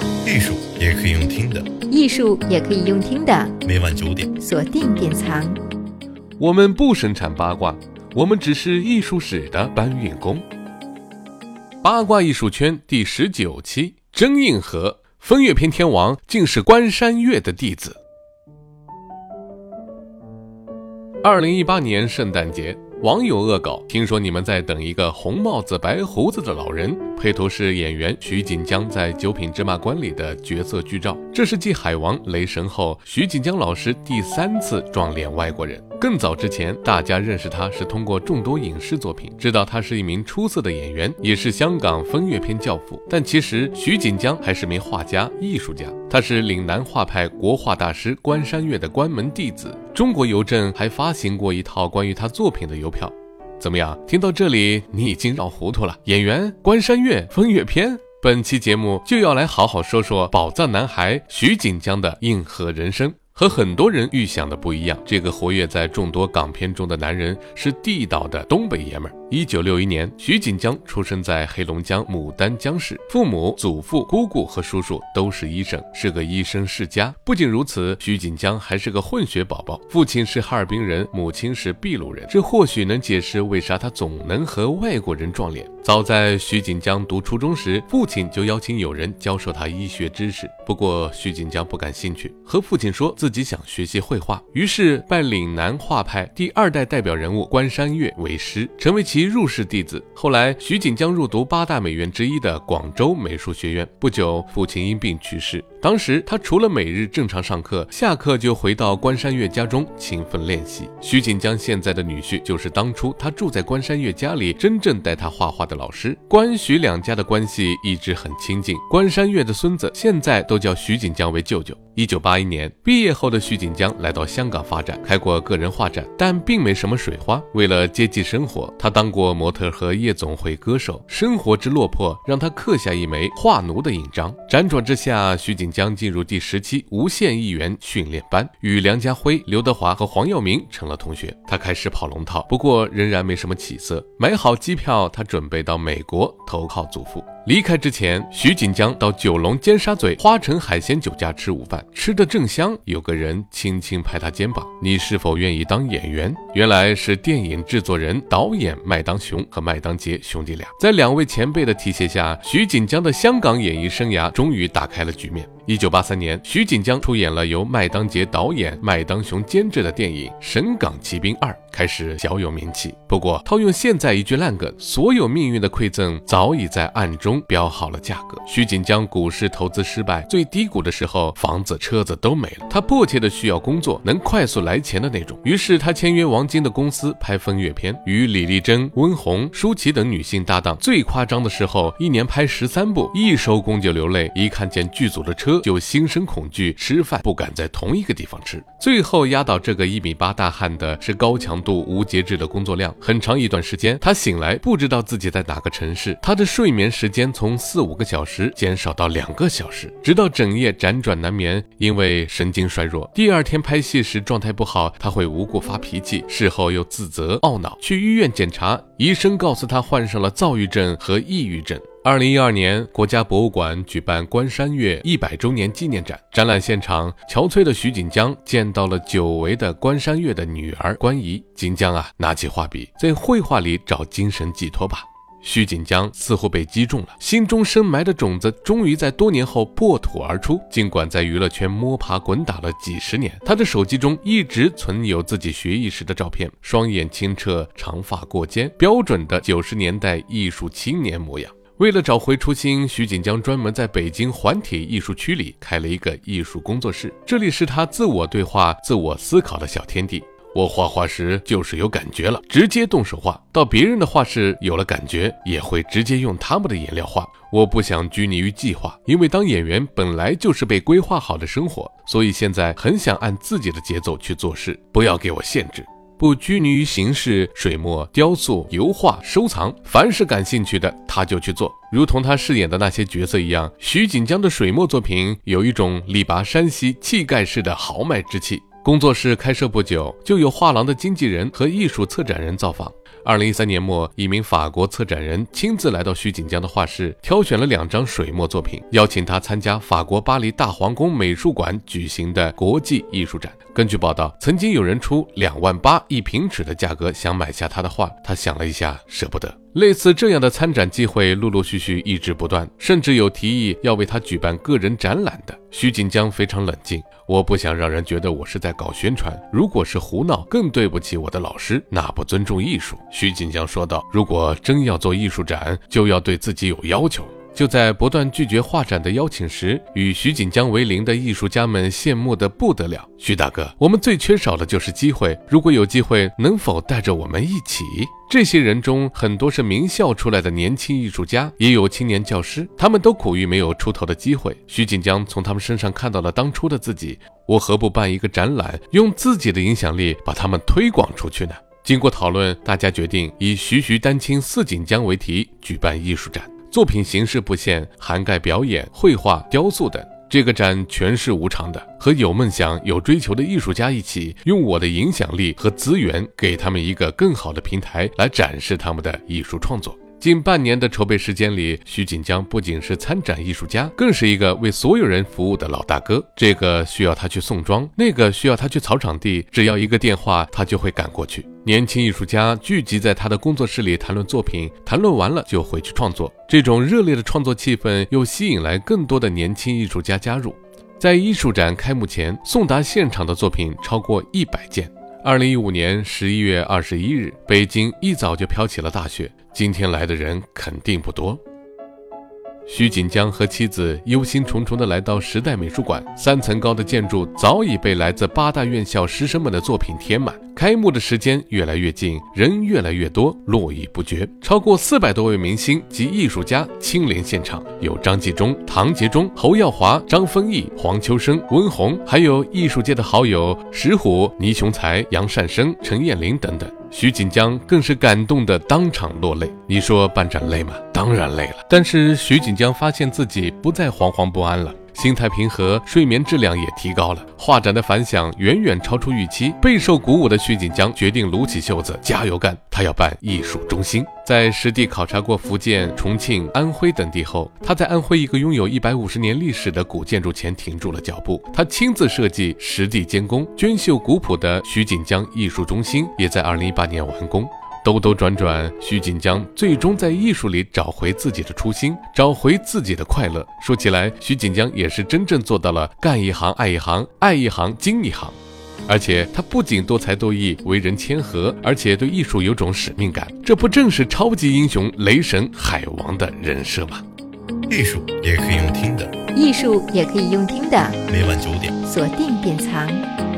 艺术也可以用听的， 艺术也可以用听的。 每晚9点， 锁定典藏。 我们不生产八卦，我们只是艺术史的搬运工。八卦艺术圈第19期，真硬核，风月篇天王竟是关山月的弟子。2018年圣诞节，网友恶搞，听说你们在等一个红帽子白胡子的老人，配图是演员徐锦江在《九品芝麻官》里的角色剧照。这是继海王雷神后，徐锦江老师第3次撞脸外国人。更早之前，大家认识他是通过众多影视作品，知道他是一名出色的演员，也是香港风月片教父。但其实徐锦江还是名画家、艺术家，他是岭南画派国画大师关山月的关门弟子。中国邮政还发行过一套关于他作品的邮票。怎么样？听到这里你已经绕糊涂了。演员关山月，风月片。本期节目就要来好好说说宝藏男孩徐锦江的硬核人生。和很多人预想的不一样，这个活跃在众多港片中的男人是地道的东北爷们儿。1961年，徐锦江出生在黑龙江牡丹江市，父母、祖父、姑姑和叔叔都是医生，是个医生世家。不仅如此，徐锦江还是个混血宝宝，父亲是哈尔滨人，母亲是秘鲁人，这或许能解释为啥他总能和外国人撞脸。早在徐锦江读初中时，父亲就邀请友人教授他医学知识，不过徐锦江不感兴趣，和父亲说自己想学习绘画，于是拜岭南画派第2代代表人物关山月为师，成为其入室弟子。后来徐锦江入读8大美院之一的广州美术学院，不久父亲因病去世。当时他除了每日正常上课，下课就回到关山月家中勤奋练习。徐锦江现在的女婿就是当初他住在关山月家里真正带他画画的老师。关徐两家的关系一直很亲近，关山月的孙子现在都叫徐锦江为舅舅。1981年毕业后的徐锦江来到香港发展，开过个人画展，但并没什么水花。为了接济生活，他当过模特和夜总会歌手，生活之落魄让他刻下一枚画奴的印章。辗转之下，徐锦江进入第10期无线艺员训练班，与梁家辉、刘德华和黄耀明成了同学。他开始跑龙套，不过仍然没什么起色。买好机票，他准备到美国投靠祖父。离开之前，徐锦江到九龙尖沙咀花城海鲜酒家吃午饭，吃得正香，有个人轻轻拍他肩膀：“你是否愿意当演员？”原来是电影制作人、导演麦当雄和麦当杰兄弟俩。在2位前辈的提携下，徐锦江的香港演艺生涯终于打开了局面。1983年，徐锦江出演了由麦当杰导演、麦当雄监制的电影《神港奇兵2》，开始小有名气。不过套用现在一句烂梗，所有命运的馈赠早已在暗中标好了价格。徐锦江股市投资失败，最低谷的时候，房子车子都没了，他迫切的需要工作，能快速来钱的那种。于是他签约王晶的公司拍风月片，与李丽珍、温虹、舒淇等女性搭档。最夸张的时候，一年拍13部，一收工就流泪，一看见剧组的车就心生恐惧，吃饭不敢在同一个地方吃。最后压倒这个1.8米大汉的是高强度无节制的工作量。很长一段时间，他醒来不知道自己在哪个城市，他的睡眠时间从4-5个小时减少到2个小时，直到整夜辗转难眠，因为神经衰弱。第2天拍戏时状态不好，他会无故发脾气，事后又自责懊恼，去医院检查，医生告诉他患上了躁郁症和抑郁症。2012年，国家博物馆举办关山月100周年纪念展，展览现场，憔悴的徐锦江见到了久违的关山月的女儿关怡。锦江啊，拿起画笔，在绘画里找精神寄托吧。徐锦江似乎被击中了，心中深埋的种子终于在多年后破土而出。尽管在娱乐圈摸爬滚打了几十年，他的手机中一直存有自己学艺时的照片，双眼清澈，长发过肩，标准的90年代艺术青年模样。为了找回初心，徐锦江专门在北京环铁艺术区里开了一个艺术工作室，这里是他自我对话、自我思考的小天地。我画画时就是有感觉了，直接动手画，到别人的画室有了感觉，也会直接用他们的颜料画。我不想拘泥于计划，因为当演员本来就是被规划好的生活，所以现在很想按自己的节奏去做事，不要给我限制。不拘泥于形式，水墨、雕塑、油画、收藏，凡是感兴趣的他就去做。如同他饰演的那些角色一样，徐锦江的水墨作品有一种力拔山兮、气盖式的豪迈之气。工作室开设不久，就有画廊的经纪人和艺术策展人造访。 2013年末，一名法国策展人亲自来到徐锦江的画室，挑选了2张水墨作品，邀请他参加法国巴黎大皇宫美术馆举行的国际艺术展。根据报道，曾经有人出28000一平尺的价格想买下他的画，他想了一下，舍不得。类似这样的参展机会陆陆续续一直不断，甚至有提议要为他举办个人展览的。徐锦江非常冷静，我不想让人觉得我是在搞宣传，如果是胡闹，更对不起我的老师，那不尊重艺术。徐锦江说道，如果真要做艺术展，就要对自己有要求。就在不断拒绝画展的邀请时，与徐锦江为邻的艺术家们羡慕得不得了。徐大哥，我们最缺少的就是机会，如果有机会，能否带着我们一起？这些人中很多是名校出来的年轻艺术家，也有青年教师，他们都苦于没有出头的机会。徐锦江从他们身上看到了当初的自己，我何不办一个展览，用自己的影响力把他们推广出去呢？经过讨论，大家决定以徐徐丹青似锦江为题举办艺术展，作品形式不限，涵盖表演、绘画、雕塑等。这个展全是无偿的，和有梦想、有追求的艺术家一起，用我的影响力和资源，给他们一个更好的平台来展示他们的艺术创作。近半年的筹备时间里，徐锦江不仅是参展艺术家，更是一个为所有人服务的老大哥。这个需要他去送妆，那个需要他去草场地，只要一个电话，他就会赶过去。年轻艺术家聚集在他的工作室里谈论作品，谈论完了就回去创作。这种热烈的创作气氛又吸引来更多的年轻艺术家加入。在艺术展开幕前，送达现场的作品超过100件。2015年11月21日，北京一早就飘起了大雪，今天来的人肯定不多。徐锦江和妻子忧心忡忡地来到时代美术馆，3层高的建筑早已被来自8大院校师生们的作品填满。开幕的时间越来越近，人越来越多，络绎不绝。超过400多位明星及艺术家亲临现场，有张纪中、唐杰忠、侯耀华、张丰毅、黄秋生、温虹，还有艺术界的好友石虎、倪雄才、杨善生、陈燕玲等等。徐锦江更是感动得当场落泪。你说办展累吗？当然累了。但是徐锦江发现自己不再惶惶不安了，心态平和，睡眠质量也提高了。画展的反响远远超出预期，备受鼓舞的徐锦江决定撸起袖子加油干，他要办艺术中心。在实地考察过福建、重庆、安徽等地后，他在安徽一个拥有150年历史的古建筑前停住了脚步。他亲自设计、实地监工、娟秀古朴的徐锦江艺术中心也在2018年完工。兜兜转转，徐锦江最终在艺术里找回自己的初心，找回自己的快乐。说起来，徐锦江也是真正做到了干一行爱一行，爱一行精一行。而且他不仅多才多艺，为人谦和，而且对艺术有种使命感，这不正是超级英雄雷神海王的人设吗？ 艺术也可以用听的， 艺术也可以用听的。 每晚9点， 锁定典藏。